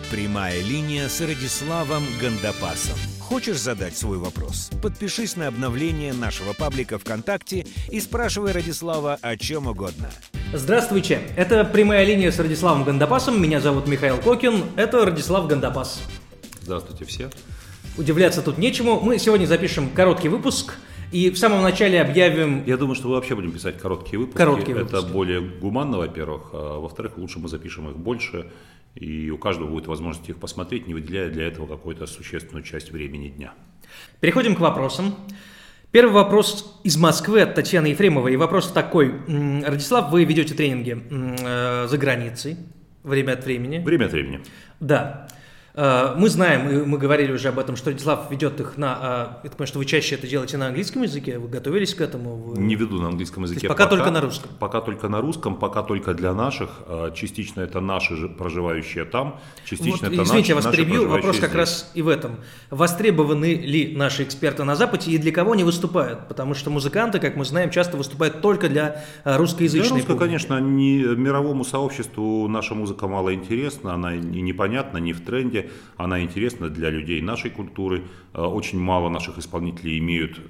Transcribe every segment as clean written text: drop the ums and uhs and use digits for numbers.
Прямая линия с Радиславом Гандапасом. Хочешь задать свой вопрос? Подпишись на обновление нашего паблика ВКонтакте и спрашивай Радислава о чем угодно. Здравствуйте, это «Прямая линия» с Радиславом Гандапасом. Меня зовут Михаил Кокин, это Радислав Гандапас. Здравствуйте все. Удивляться тут нечему. Мы сегодня запишем короткий выпуск и в самом начале объявим... Я думаю, что мы вообще будем писать короткие выпуски. Это более гуманно, во-первых. А во-вторых, лучше мы запишем их больше, и у каждого будет возможность их посмотреть, не выделяя для этого какую-то существенную часть времени дня. Переходим к вопросам. Первый вопрос из Москвы от Татьяны Ефремовой. И вопрос такой. Радислав, вы ведете тренинги за границей время от времени? Время от времени. Да. Мы знаем, и мы говорили уже об этом, что Радислав ведет их на... Я понимаю, что вы чаще это делаете на английском языке, вы готовились к этому? Не веду на английском языке. Пока только на русском? Пока только на русском, пока только для наших. Частично это наши же проживающие там, частично вот, это извините, наши я вас перебью, вопрос здесь. Как раз и в этом. Востребованы ли наши эксперты на Западе и для кого они выступают? Потому что музыканты, как мы знаем, часто выступают только для русскоязычной публики. Конечно, мировому сообществу наша музыка мало интересна, она и непонятна, не в тренде. Она интересна для людей нашей культуры. Очень мало наших исполнителей имеют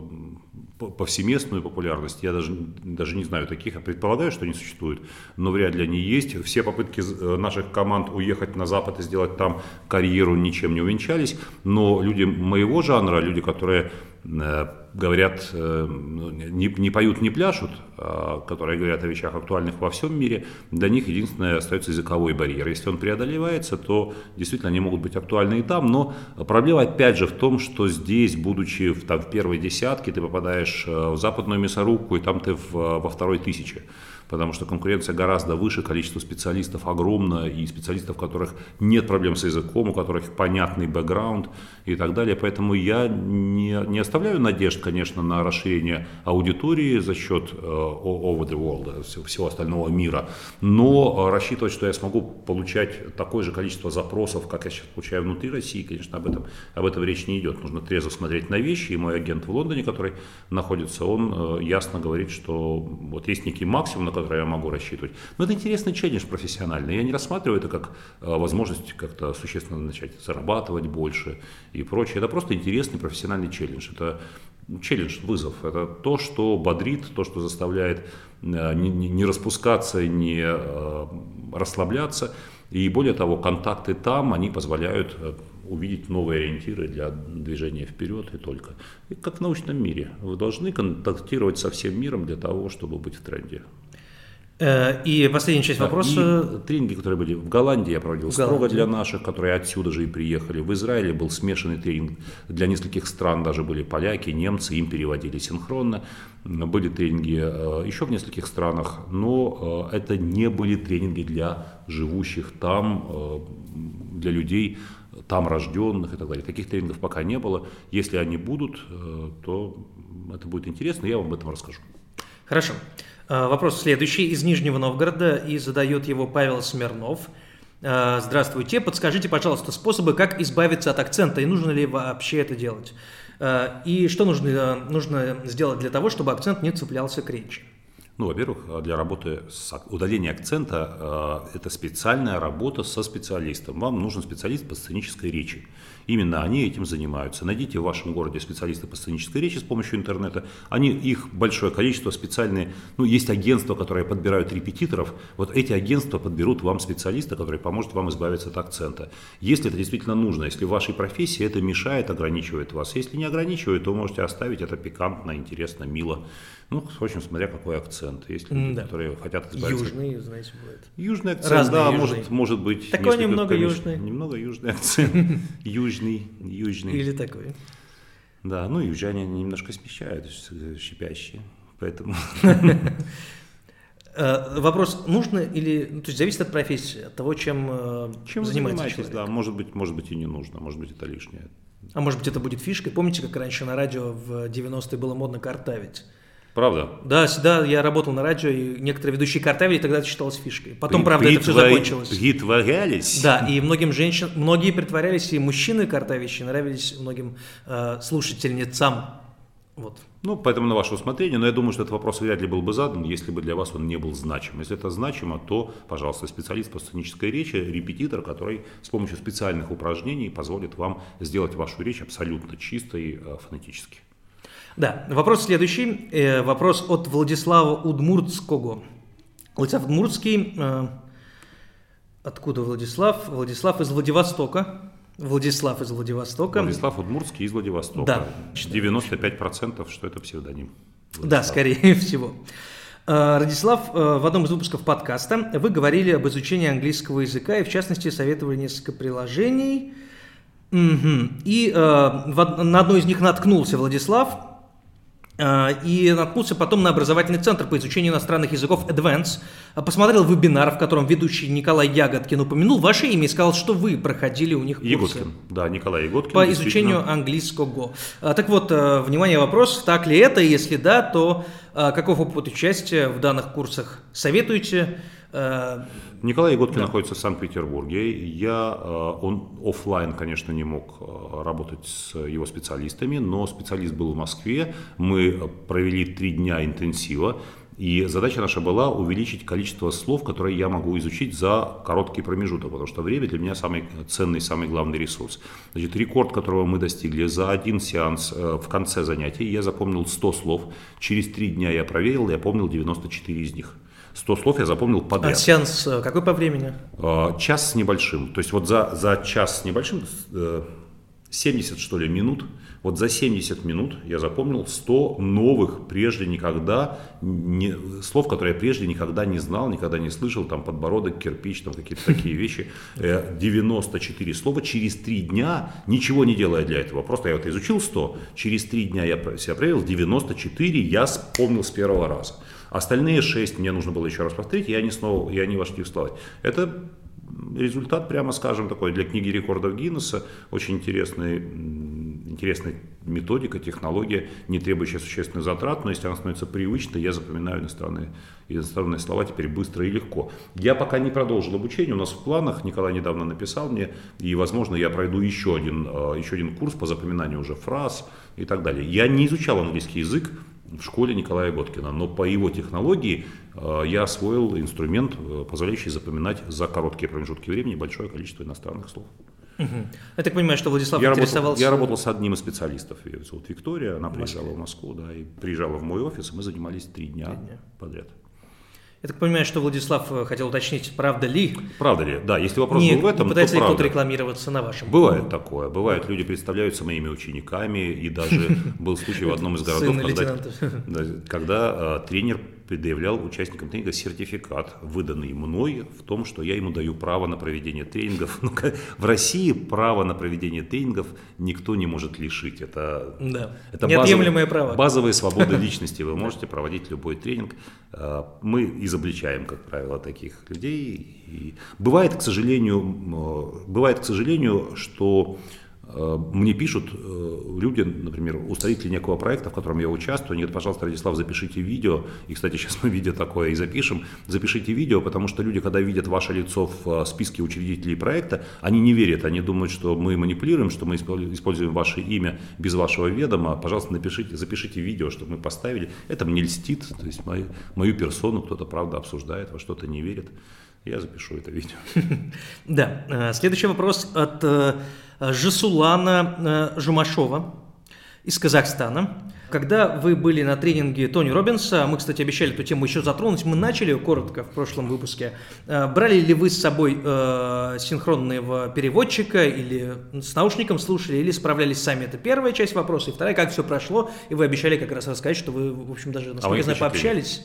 повсеместную популярность. Я даже не знаю таких. Я предполагаю, что они существуют, но вряд ли они есть. Все попытки наших команд уехать на Запад и сделать там карьеру ничем не увенчались. Но люди моего жанра, люди, которые говорят, не поют, не пляшут, которые говорят о вещах актуальных во всем мире, для них единственное остается языковой барьер. Если он преодолевается, то действительно они могут быть актуальны и там, но проблема опять же в том, что здесь, будучи в первой десятке, ты попадаешь в западную мясорубку, и там ты во второй тысяче. Потому что конкуренция гораздо выше, количество специалистов огромно, и специалистов, у которых нет проблем с языком, у которых понятный бэкграунд и так далее. Поэтому я не оставляю надежд, конечно, на расширение аудитории за счет over the world, всего остального мира. Но рассчитывать, что я смогу получать такое же количество запросов, как я сейчас получаю внутри России, конечно, об этом речь не идет. Нужно трезво смотреть на вещи. И мой агент в Лондоне, который находится, он ясно говорит, что вот есть некий максимум, на который я могу рассчитывать. Но это интересный челлендж профессиональный. Я не рассматриваю это как возможность как-то существенно начать зарабатывать больше и прочее. Это просто интересный профессиональный челлендж. Это челлендж, вызов. Это то, что бодрит, то, что заставляет не распускаться, не расслабляться. И более того, контакты там, они позволяют увидеть новые ориентиры для движения вперед и только. И как в научном мире. Вы должны контактировать со всем миром для того, чтобы быть в тренде. И последняя часть вопроса. И тренинги, которые были в Голландии, я проводил строго для наших, которые отсюда же и приехали. В Израиле был смешанный тренинг для нескольких стран, даже были поляки, немцы, им переводили синхронно. Были тренинги еще в нескольких странах, но это не были тренинги для живущих там, для людей там рожденных и так далее. Таких тренингов пока не было. Если они будут, то это будет интересно, я вам об этом расскажу. Хорошо. Вопрос следующий из Нижнего Новгорода, и задает его Павел Смирнов. Здравствуйте, подскажите, пожалуйста, способы, как избавиться от акцента, и нужно ли вообще это делать? И что нужно сделать для того, чтобы акцент не цеплялся к речи? Ну, во-первых, для работы с удалением акцента это специальная работа со специалистом. Вам нужен специалист по сценической речи. Именно они этим занимаются. Найдите в вашем городе специалиста по сценической речи с помощью интернета. Их большое количество, специальные, есть агентства, которые подбирают репетиторов. Вот эти агентства подберут вам специалиста, который поможет вам избавиться от акцента. Если это действительно нужно, если в вашей профессии это мешает, ограничивает вас. Если не ограничивает, то можете оставить это пикантно, интересно, мило. В общем, смотря какой акцент. Есть люди, которые хотят избавиться. Южный, знаете, бывает. Южный акцент, разные да, южный. может быть. Такой немного южный. Немного южный акцент. Южный. Или такой. Да, южане немножко смещают, шипящие, поэтому... Вопрос, нужно или... то есть зависит от профессии, от того, чем занимаетесь человек. Да, может быть и не нужно, может быть это лишнее. А может быть это будет фишкой? Помните, как раньше на радио в 90-е было модно картавить? Правда? Да, я работал на радио, и некоторые ведущие картавили, тогда это считалось фишкой. Потом, правда, это все закончилось. Притворялись? Да, и многие притворялись, и мужчины картавящие нравились многим слушательницам. Вот. Ну, поэтому на ваше усмотрение, но я думаю, что этот вопрос вряд ли был бы задан, если бы для вас он не был значим. Если это значимо, то, пожалуйста, специалист по сценической речи, репетитор, который с помощью специальных упражнений позволит вам сделать вашу речь абсолютно чистой фонетически. Да, вопрос следующий. Вопрос от Владислава Удмуртского. Владислав Удмуртский. Откуда Владислав? Владислав из Владивостока. Владислав Удмуртский из Владивостока. Да. 95%, что это псевдоним. Владислав. Да, скорее всего. Радислав, в одном из выпусков подкаста вы говорили об изучении английского языка и, в частности, советовали несколько приложений. И на одно из них наткнулся Владислав. И наткнулся потом на образовательный центр по изучению иностранных языков Advance. Посмотрел вебинар, в котором ведущий Николай Ягодкин упомянул ваше имя и сказал, что вы проходили у них курсы. Ягодкин, да, Николай Ягодкин. По изучению английского. Так вот, внимание, вопрос, так ли это? Если да, то каков опыт участия в данных курсах? Советуете? Николай Ягодкин находится в Санкт-Петербурге. Он офлайн, конечно, не мог работать с его специалистами, но специалист был в Москве. Мы провели 3 дня интенсива. И задача наша была увеличить количество слов, которые я могу изучить за короткий промежуток, потому что время для меня самый ценный, самый главный ресурс. Значит, рекорд, которого мы достигли за один сеанс в конце занятий, я запомнил 100 слов. Через 3 дня я проверил, я помнил 94 из них. 100 слов я запомнил подряд. А сеанс какой по времени? Час с небольшим. То есть вот за час с небольшим, 70 что ли минут, вот за 70 минут я запомнил 100 новых слов, которые я прежде никогда не знал, никогда не слышал, там подбородок, кирпич, там какие-то такие вещи. 94 слова через 3 дня, ничего не делая для этого. Просто я вот изучил 100, через 3 дня я себя проверил, 94 я вспомнил с первого раза. Остальные 6 мне нужно было еще раз повторить, и они вошли в словарь. Это результат, прямо скажем, такой для книги рекордов Гиннесса. Очень интересная методика, технология, не требующая существенных затрат, но если она становится привычной, я запоминаю иностранные слова теперь быстро и легко. Я пока не продолжил обучение, у нас в планах, Николай недавно написал мне, и, возможно, я пройду еще один курс по запоминанию уже фраз и так далее. Я не изучал английский язык в школе Николая Ягодкина, но по его технологии я освоил инструмент, позволяющий запоминать за короткие промежутки времени большое количество иностранных слов. Я так понимаю, что Владислав интересовался... Я работал с одним из специалистов, ее зовут Виктория, она приезжала в Москву, да, и приезжала в мой офис, и мы занимались 3 дня подряд. Я так понимаю, что Владислав хотел уточнить, правда ли? Правда ли, да, если вопрос был в этом, не пытается то ли правда. кто-то рекламироваться на вашем? Бывает такое, бывает, люди представляются моими учениками, и даже был случай в одном из городов, когда тренер предъявлял участникам тренинга сертификат, выданный мной, в том, что я ему даю право на проведение тренингов. В России право на проведение тренингов никто не может лишить. Это неотъемлемое право. Базовые свободы личности. Вы можете проводить любой тренинг. Мы изобличаем, как правило, таких людей. И бывает, к сожалению, что мне пишут люди, например, устроители некого проекта, в котором я участвую, они говорят: пожалуйста, Радислав, запишите видео, и, кстати, сейчас мы видео такое и запишем, запишите видео, потому что люди, когда видят ваше лицо в списке учредителей проекта, они не верят, они думают, что мы манипулируем, что мы используем ваше имя без вашего ведома, пожалуйста, запишите видео, чтобы мы поставили, это мне льстит, то есть мою персону кто-то, правда, обсуждает, во что-то не верит, я запишу это видео. Да, следующий вопрос от Жасулана Жумашова из Казахстана. Когда вы были на тренинге Тони Роббинса, мы, кстати, обещали эту тему еще затронуть, мы начали коротко в прошлом выпуске. Брали ли вы с собой синхронного переводчика или с наушником слушали, или справлялись сами? Это первая часть вопроса. И вторая, как все прошло, и вы обещали как раз рассказать, что вы, в общем, даже, насколько я знаю, пообщались.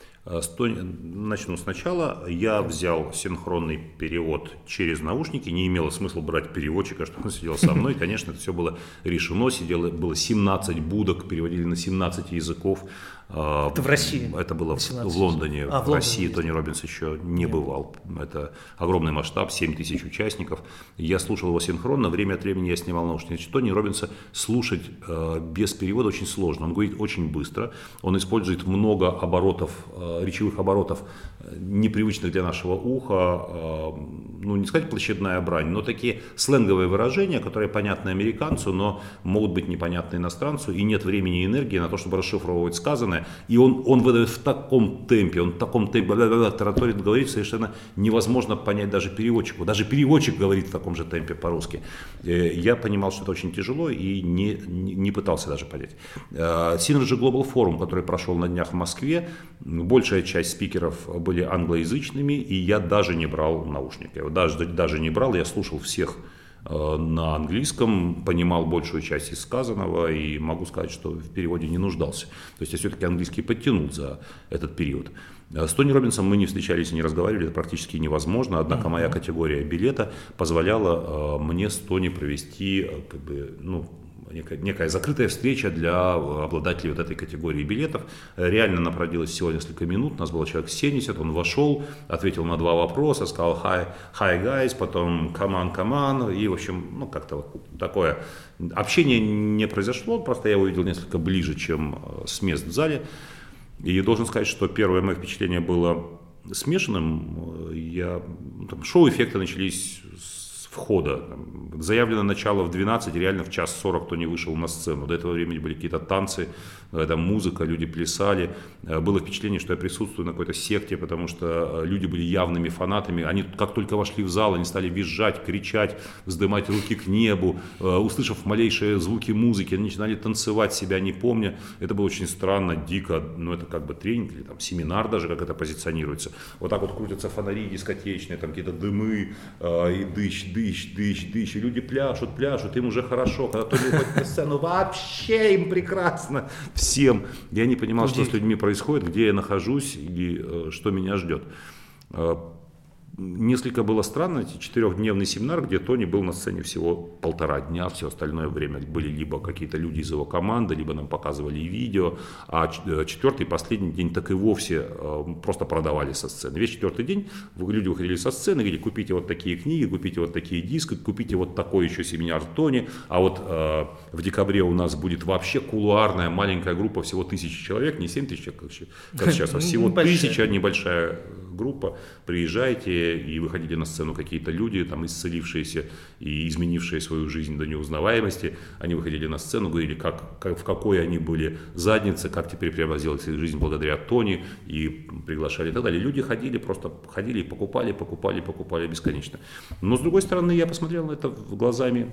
Начну сначала. Я взял синхронный перевод через наушники. Не имело смысла брать переводчика, чтобы он сидел со мной. Конечно, это все было решено. Было 17 будок, переводили на 17 языков. Это в России? Это было 18. в Лондоне. В России Лондоне. Тони Роббинс еще не бывал. Это огромный масштаб, 7 тысяч участников. Я слушал его синхронно, время от времени я снимал наушники. Тони Роббинса слушать без перевода очень сложно. Он говорит очень быстро, он использует много оборотов, речевых оборотов, непривычных для нашего уха, ну не сказать площадная брань, но такие сленговые выражения, которые понятны американцу, но могут быть непонятны иностранцу, и нет времени и энергии на то, чтобы расшифровывать сказанное. И он выдает в таком темпе, он в таком темпе тараторит, говорит, совершенно невозможно понять даже переводчику. Даже переводчик говорит в таком же темпе по-русски. Я понимал, что это очень тяжело и не пытался даже понять. Synergy Global Forum, который прошел на днях в Москве, большая часть спикеров были англоязычными, и я даже не брал наушники. Я даже не брал, я слушал всех на английском, понимал большую часть из сказанного и могу сказать, что в переводе не нуждался. То есть я все-таки английский подтянул за этот период. С Тони Роббинсом мы не встречались и не разговаривали, это практически невозможно, однако моя категория билета позволяла мне с Тони провести некая закрытая встреча для обладателей вот этой категории билетов. Реально она продлилась всего несколько минут, нас было человек 70, он вошел, ответил на 2 вопроса, сказал hi guys, потом come on, и в общем, как-то вот такое общение не произошло, просто я его видел несколько ближе, чем с мест в зале. И должен сказать, что первое мое впечатление было смешанным. Шоу-эффекты начались с входа. Заявлено начало в 12, реально в 1:40 кто не вышел на сцену. До этого времени были какие-то танцы, музыка, люди плясали. Было впечатление, что я присутствую на какой-то секте, потому что люди были явными фанатами. Они как только вошли в зал, они стали визжать, кричать, вздымать руки к небу. Услышав малейшие звуки музыки, они начинали танцевать, себя не помня. Это было очень странно, дико. Это как бы тренинг или семинар даже, как это позиционируется. Вот так вот крутятся фонари дискотечные, там какие-то дымы, и дыщ. И люди пляшут, им уже хорошо. Когда Тони уходит на сцену, вообще им прекрасно. Всем. Я не понимал, что с людьми происходит, где я нахожусь и что меня ждет. Несколько было странно, 4-дневный семинар, где Тони был на сцене всего 1,5 дня, все остальное время были либо какие-то люди из его команды, либо нам показывали видео, а 4-й, последний день так и вовсе просто продавали со сцены. Весь 4-й день люди выходили со сцены, говорили, купите вот такие книги, купите вот такие диски, купите вот такой еще семинар Тони, а вот в декабре у нас будет вообще кулуарная маленькая группа, всего 1000 человек, не 7 тысяч, как сейчас, а всего 1000, небольшая группа, приезжайте, и выходили на сцену какие-то люди, исцелившиеся и изменившие свою жизнь до неузнаваемости, они выходили на сцену, говорили, в какой они были заднице, как теперь преобразилась их жизнь благодаря Тони, и приглашали и так далее. Люди просто ходили и покупали бесконечно. Но с другой стороны, я посмотрел на это глазами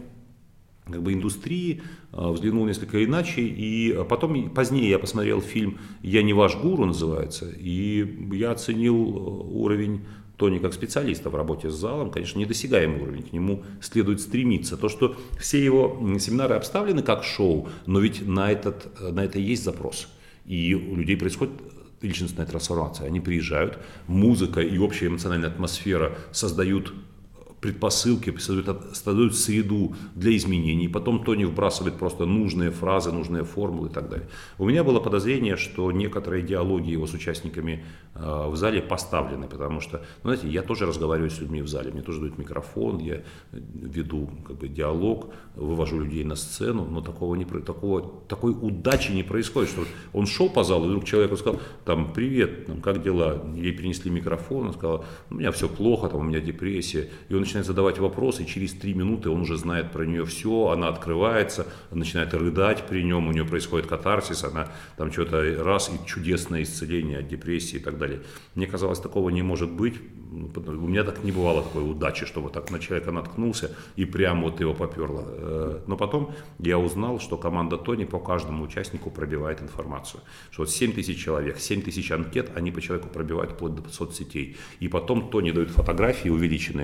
индустрии, взглянул несколько иначе, и потом, позднее я посмотрел фильм «Я не ваш гуру» называется, и я оценил уровень Тони как специалиста в работе с залом, конечно, недосягаемый уровень, к нему следует стремиться. То, что все его семинары обставлены как шоу, но ведь на это есть запрос, и у людей происходит личностная трансформация, они приезжают, музыка и общая эмоциональная атмосфера создают предпосылки, создают среду для изменений. Потом Тони вбрасывает просто нужные фразы, нужные формулы и так далее. У меня было подозрение, что некоторые диалоги его с участниками в зале поставлены, потому что, я тоже разговариваю с людьми в зале, мне тоже дают микрофон, я веду диалог, вывожу людей на сцену, но такой удачи не происходит, что он шел по залу, и вдруг человеку сказал, привет, как дела? Ей принесли микрофон, он сказал, у меня все плохо, у меня депрессия, и он начинает задавать вопросы, и через 3 минуты он уже знает про нее все, она открывается, начинает рыдать при нем, у нее происходит катарсис, она что-то раз, и чудесное исцеление от депрессии и так далее. Мне казалось, такого не может быть. У меня так не бывало такой удачи, чтобы так на человека наткнулся и прямо его поперло. Но потом я узнал, что команда Тони по каждому участнику пробивает информацию. Что 7 тысяч человек, 7 тысяч анкет, они по человеку пробивают вплоть до соцсетей. И потом Тони дает фотографии увеличенные и говорит,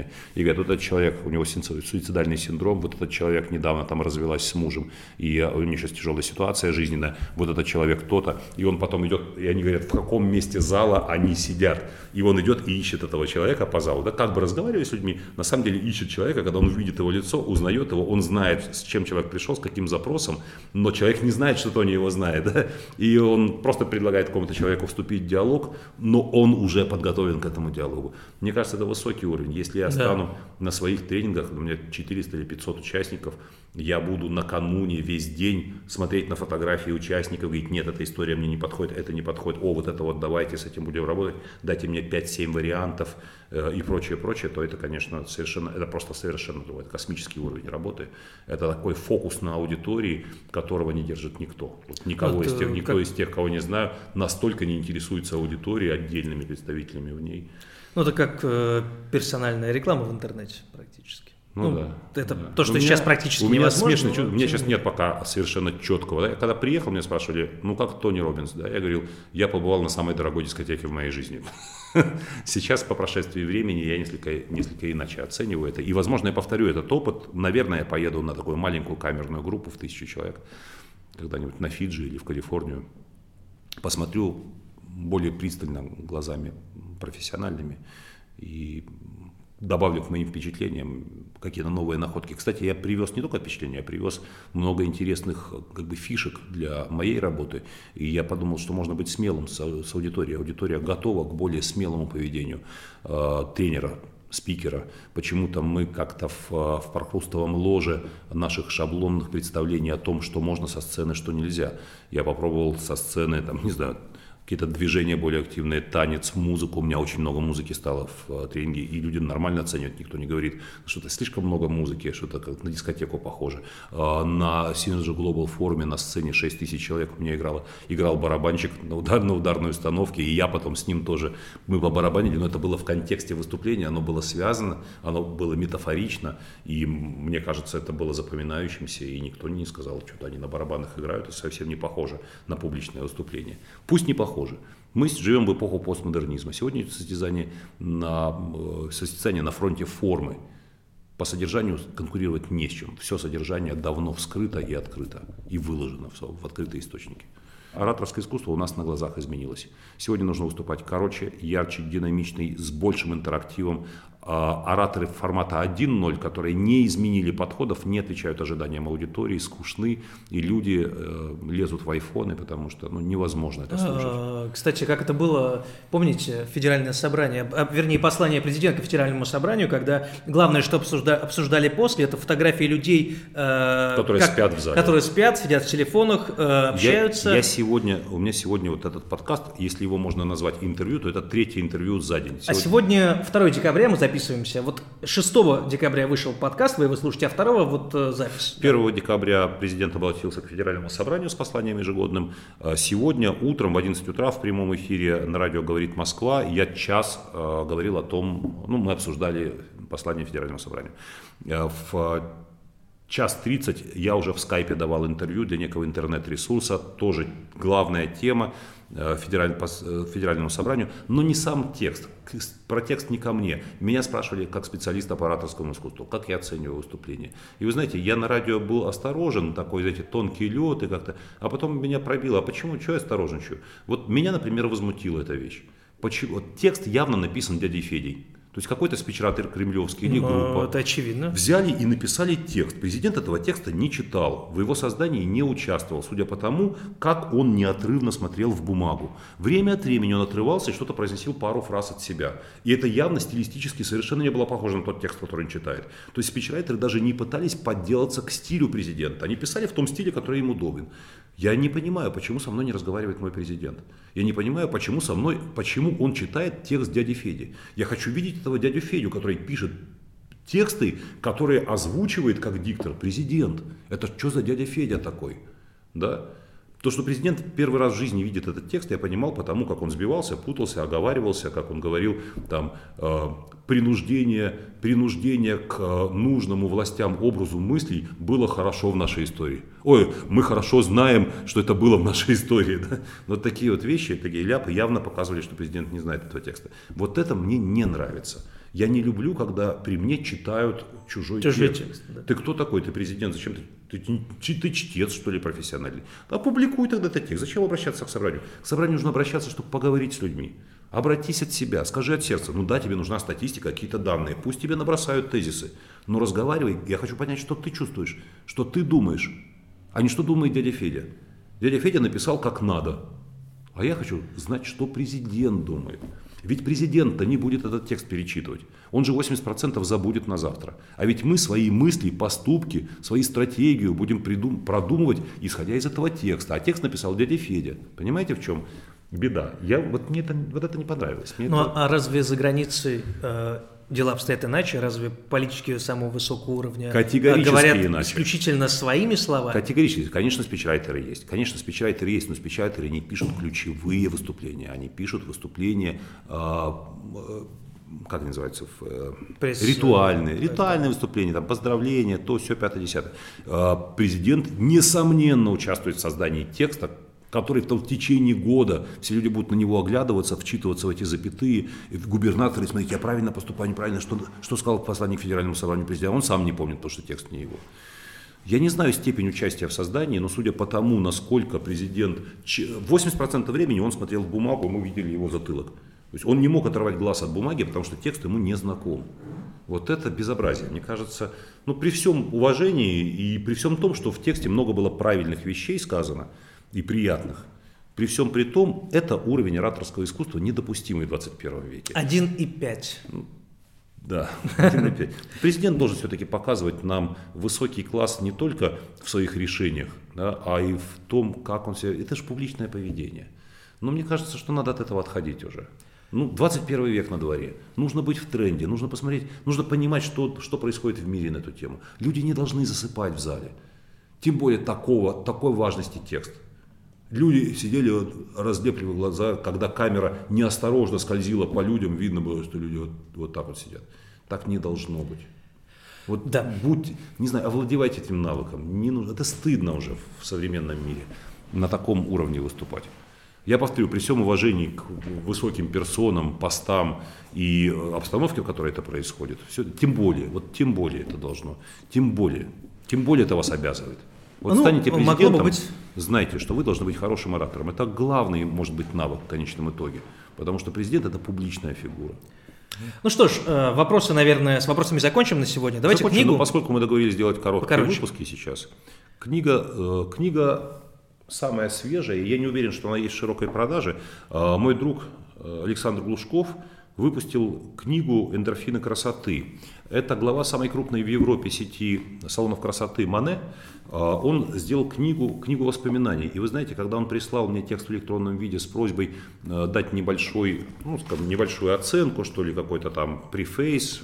привет, вот этот человек, у него суицидальный синдром, вот этот человек недавно там развелась с мужем, и у нее сейчас тяжелая ситуация жизненная, вот этот человек то-то, и он потом идет, и они говорят, в каком месте зала они сидят, и он идет и ищет этого человека по залу, да, как бы разговаривая с людьми, на самом деле ищет человека, когда он увидит его лицо, узнает его, он знает, с чем человек пришел, с каким запросом, но человек не знает, что Тони его знает, да, и он просто предлагает какому-то человеку вступить в диалог, но он уже подготовлен к этому диалогу. Мне кажется, это высокий уровень. Если я стану на своих тренингах, у меня 400 или 500 участников, я буду накануне весь день смотреть на фотографии участников, говорить, нет, эта история мне не подходит, это не подходит, вот это вот давайте с этим будем работать, дайте мне 5-7 вариантов и прочее, то это, конечно, это просто совершенно другой, это космический уровень работы. Это такой фокус на аудитории, которого не держит никто. Вот никто из тех, кого не знаю, настолько не интересуется аудиторией, отдельными представителями в ней. Ну, это как персональная реклама в интернете практически. Да. Это то, что сейчас практически невозможно. У меня сейчас нет пока совершенно четкого. Да? Когда приехал, меня спрашивали, как Тони Роббинс? Да? Я говорил, я побывал на самой дорогой дискотеке в моей жизни. Сейчас, по прошествии времени, я несколько иначе оцениваю это. И, возможно, я повторю этот опыт. Наверное, я поеду на такую маленькую камерную группу в 1000 человек, когда-нибудь на Фиджи или в Калифорнию. Посмотрю более пристально глазами профессиональными и добавлю к моим впечатлениям какие-то новые находки. Кстати, я привез не только впечатления, я привез много интересных фишек для моей работы. И я подумал, что можно быть смелым с аудиторией. Аудитория готова к более смелому поведению тренера, спикера. Почему-то мы как-то в прохрустовом ложе наших шаблонных представлений о том, что можно со сцены, что нельзя. Я попробовал со сцены, какие-то движения более активные, танец, музыку. У меня очень много музыки стало в тренинге, и люди нормально оценивают. Никто не говорит, что-то слишком много музыки, что-то как на дискотеку похоже. На Synergy Global форуме на сцене 6000 человек у меня играл барабанщик на ударной установке, и я потом с ним тоже, мы побарабанили, но это было в контексте выступления, оно было связано, оно было метафорично, и мне кажется, это было запоминающимся, и никто не сказал, что-то они на барабанах играют, это совсем не похоже на публичное выступление. Пусть не похоже. Мы живем в эпоху постмодернизма. Сегодня состязание на фронте формы. По содержанию конкурировать не с чем. Все содержание давно вскрыто и открыто, и выложено в открытые источники. Ораторское искусство у нас на глазах изменилось. Сегодня нужно выступать короче, ярче, динамичней, с большим интерактивом. Ораторы формата 1.0, которые не изменили подходов, не отвечают ожиданиям аудитории, скучны, и люди лезут в айфоны, потому что невозможно это слушать. Кстати, как это было, помните, федеральное собрание, послание президента к федеральному собранию, когда главное, что обсуждали после, это фотографии людей, которые спят в зале. Которые спят, сидят в телефонах, общаются. У меня сегодня вот этот подкаст, если его можно назвать интервью, то это 3-е интервью за день. Сегодня 2 декабря мы записываемся. Вот 6 декабря вышел подкаст, вы его слушаете, а 2 запись. 1 декабря президент обратился к Федеральному собранию с посланием ежегодным. Сегодня утром в 11 утра в прямом эфире на радио «Говорит Москва» я час говорил о том, мы обсуждали послание Федерального собрания. В 1:30 я уже в скайпе давал интервью для некого интернет-ресурса, тоже главная тема Федеральному собранию, но не сам текст. Про текст не ко мне. Меня спрашивали как специалиста по ораторскому искусству, как я оцениваю выступление. И вы знаете, я на радио был осторожен, такой, знаете, тонкий лед и как-то, а потом меня пробило. А почему? Чего я осторожничаю? Вот меня, например, возмутила эта вещь. Почему? Вот текст явно написан дядей Федей. То есть какой-то спичратор кремлевский или группа это очевидно. Взяли и написали текст. Президент этого текста не читал, в его создании не участвовал, судя по тому, как он неотрывно смотрел в бумагу. Время от времени он отрывался и что-то произносил пару фраз от себя. И это явно стилистически совершенно не было похоже на тот текст, который он читает. То есть спичрайтеры даже не пытались подделаться к стилю президента. Они писали в том стиле, который им удобен. Я не понимаю, почему со мной не разговаривает мой президент. Я не понимаю, почему он читает текст дяди Феди. Я хочу видеть этого дядю Федю, который пишет тексты, которые озвучивает как диктор президент. Это что за дядя Федя такой? Да? То, что президент первый раз в жизни видит этот текст, я понимал потому, как он сбивался, путался, оговаривался, как он говорил, принуждение к нужному властям образу мыслей было хорошо в нашей истории. Ой, мы хорошо знаем, что это было в нашей истории. Да? Но такие вот вещи, такие ляпы явно показывали, что президент не знает этого текста. Вот это мне не нравится. Я не люблю, когда при мне читают чужой текст. Да. Ты кто такой? Ты президент? Зачем ты чтец, что ли, профессиональный? Опубликуй тогда этот текст. Зачем обращаться к собранию? К собранию нужно обращаться, чтобы поговорить с людьми. Обратись от себя, скажи от сердца. Ну да, тебе нужна статистика, какие-то данные. Пусть тебе набросают тезисы. Но разговаривай. Я хочу понять, что ты чувствуешь, что ты думаешь, а не что думает дядя Федя. Дядя Федя написал как надо. А я хочу знать, что президент думает. Ведь президент-то не будет этот текст перечитывать. Он же 80% забудет на завтра. А ведь мы свои мысли, поступки, свои стратегию будем продумывать, исходя из этого текста. А текст написал дядя Федя. Понимаете, в чем беда? Мне это не понравилось. А разве за границей дела обстоят иначе? Разве политики самого высокого уровня говорят иначе. Исключительно своими словами? Категорически. Конечно, спичрайтеры есть. Но спичрайтеры не пишут ключевые выступления. Они пишут выступления, как называется, ритуальные выступления, там, поздравления, то, все, 5-10. Президент, несомненно, участвует в создании текста, который в течение года все люди будут на него оглядываться, вчитываться в эти запятые, губернаторы, смотрите, я правильно поступаю, неправильно, что сказал посланник Федеральному собранию президента, он сам не помнит, потому что текст не его. Я не знаю степень участия в создании, но судя по тому, насколько президент, 80% времени он смотрел в бумагу, мы видели его затылок. То есть он не мог оторвать глаз от бумаги, потому что текст ему не знаком. Вот это безобразие, мне кажется, при всем уважении и при всем том, что в тексте много было правильных вещей сказано, и приятных. При всем при том, это уровень ораторского искусства недопустимый в 21 веке. 1,5. Да, 1,5. Президент должен все-таки показывать нам высокий класс не только в своих решениях, да, а и в том, как он себя... Это же публичное поведение. Но мне кажется, что надо от этого отходить уже. 21 век на дворе. Нужно быть в тренде, нужно посмотреть, нужно понимать, что происходит в мире на эту тему. Люди не должны засыпать в зале. Тем более такой важности текст. Люди сидели, разлепливая глаза, когда камера неосторожно скользила по людям, видно было, что люди вот так вот сидят. Так не должно быть. Вот да. Овладевайте этим навыком. Не нужно, это стыдно уже в современном мире на таком уровне выступать. Я повторю, при всем уважении к высоким персонам, постам и обстановке, в которой это происходит, тем более это должно, тем более это вас обязывает. Вот станете президентом, знайте, что вы должны быть хорошим оратором. Это главный, может быть, навык в конечном итоге. Потому что президент – это публичная фигура. Ну что ж, с вопросами закончим на сегодня. Давайте книгу. Поскольку мы договорились сделать короткие выпуски сейчас. Книга самая свежая, и я не уверен, что она есть в широкой продаже. Мой друг Александр Глушков выпустил книгу «Эндорфины красоты». Это глава самой крупной в Европе сети салонов красоты Мане. Он сделал книгу воспоминаний. И вы знаете, когда он прислал мне текст в электронном виде с просьбой дать небольшую оценку, что ли, какой-то там префейс,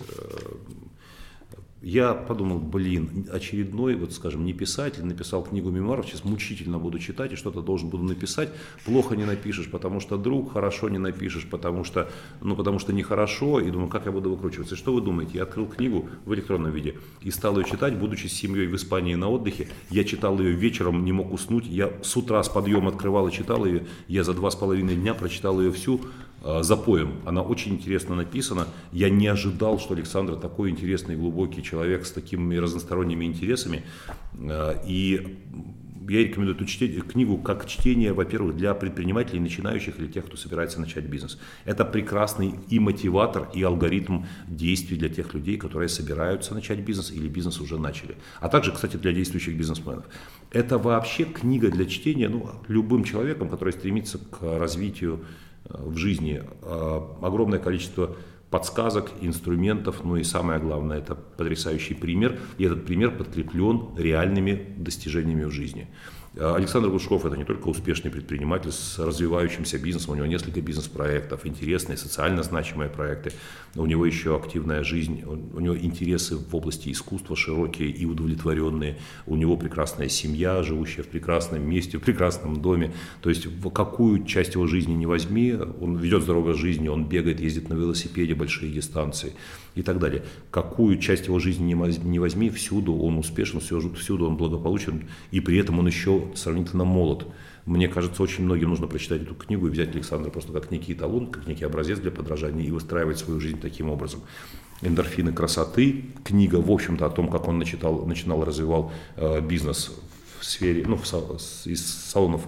я подумал, очередной, не писатель, написал книгу мемуаров, сейчас мучительно буду читать и что-то должен буду написать. Плохо не напишешь, потому что друг, хорошо не напишешь, потому что нехорошо. И думаю, как я буду выкручиваться. И что вы думаете? Я открыл книгу в электронном виде и стал ее читать, будучи с семьей в Испании на отдыхе. Я читал ее вечером, не мог уснуть. Я с утра с подъема открывал и читал ее. Я за 2,5 дня прочитал ее всю. Запоем. Она очень интересно написана. Я не ожидал, что Александр такой интересный, глубокий человек с такими разносторонними интересами. И я рекомендую эту книгу как чтение, во-первых, для предпринимателей, начинающих или тех, кто собирается начать бизнес. Это прекрасный и мотиватор, и алгоритм действий для тех людей, которые собираются начать бизнес или бизнес уже начали. А также, кстати, для действующих бизнесменов. Это вообще книга для чтения любым человеком, который стремится к развитию в жизни. Огромное количество подсказок, инструментов, и самое главное, это потрясающий пример, и этот пример подкреплен реальными достижениями в жизни. Александр Глушков – это не только успешный предприниматель с развивающимся бизнесом, у него несколько бизнес-проектов, интересные, социально значимые проекты, у него еще активная жизнь, у него интересы в области искусства широкие и удовлетворенные, у него прекрасная семья, живущая в прекрасном месте, в прекрасном доме, то есть в какую часть его жизни не возьми, он ведет здоровый образ жизни, он бегает, ездит на велосипеде большие дистанции и так далее. Какую часть его жизни не возьми, всюду он успешен, всюду он благополучен, и при этом он еще сравнительно молод. Мне кажется, очень многим нужно прочитать эту книгу и взять Александра просто как некий эталон, как некий образец для подражания и выстраивать свою жизнь таким образом. «Эндорфины красоты», книга, в общем-то, о том, как он начинал развивал бизнес в сфере, из салонов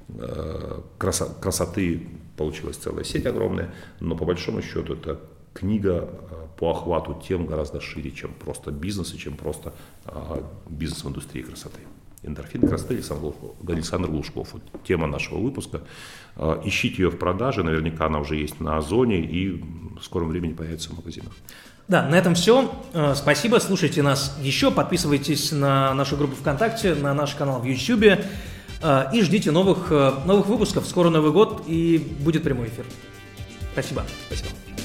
красоты получилась целая сеть огромная, но по большому счету это книга по охвату тем гораздо шире, чем просто бизнес и чем просто бизнес в индустрии красоты. «Эндорфины красоты», Александр Глушков. Вот тема нашего выпуска. Ищите ее в продаже, наверняка она уже есть на Озоне и в скором времени появится в магазинах. Да, на этом все. Спасибо, слушайте нас еще, подписывайтесь на нашу группу ВКонтакте, на наш канал в YouTube и ждите новых выпусков. Скоро Новый год и будет прямой эфир. Спасибо. Спасибо.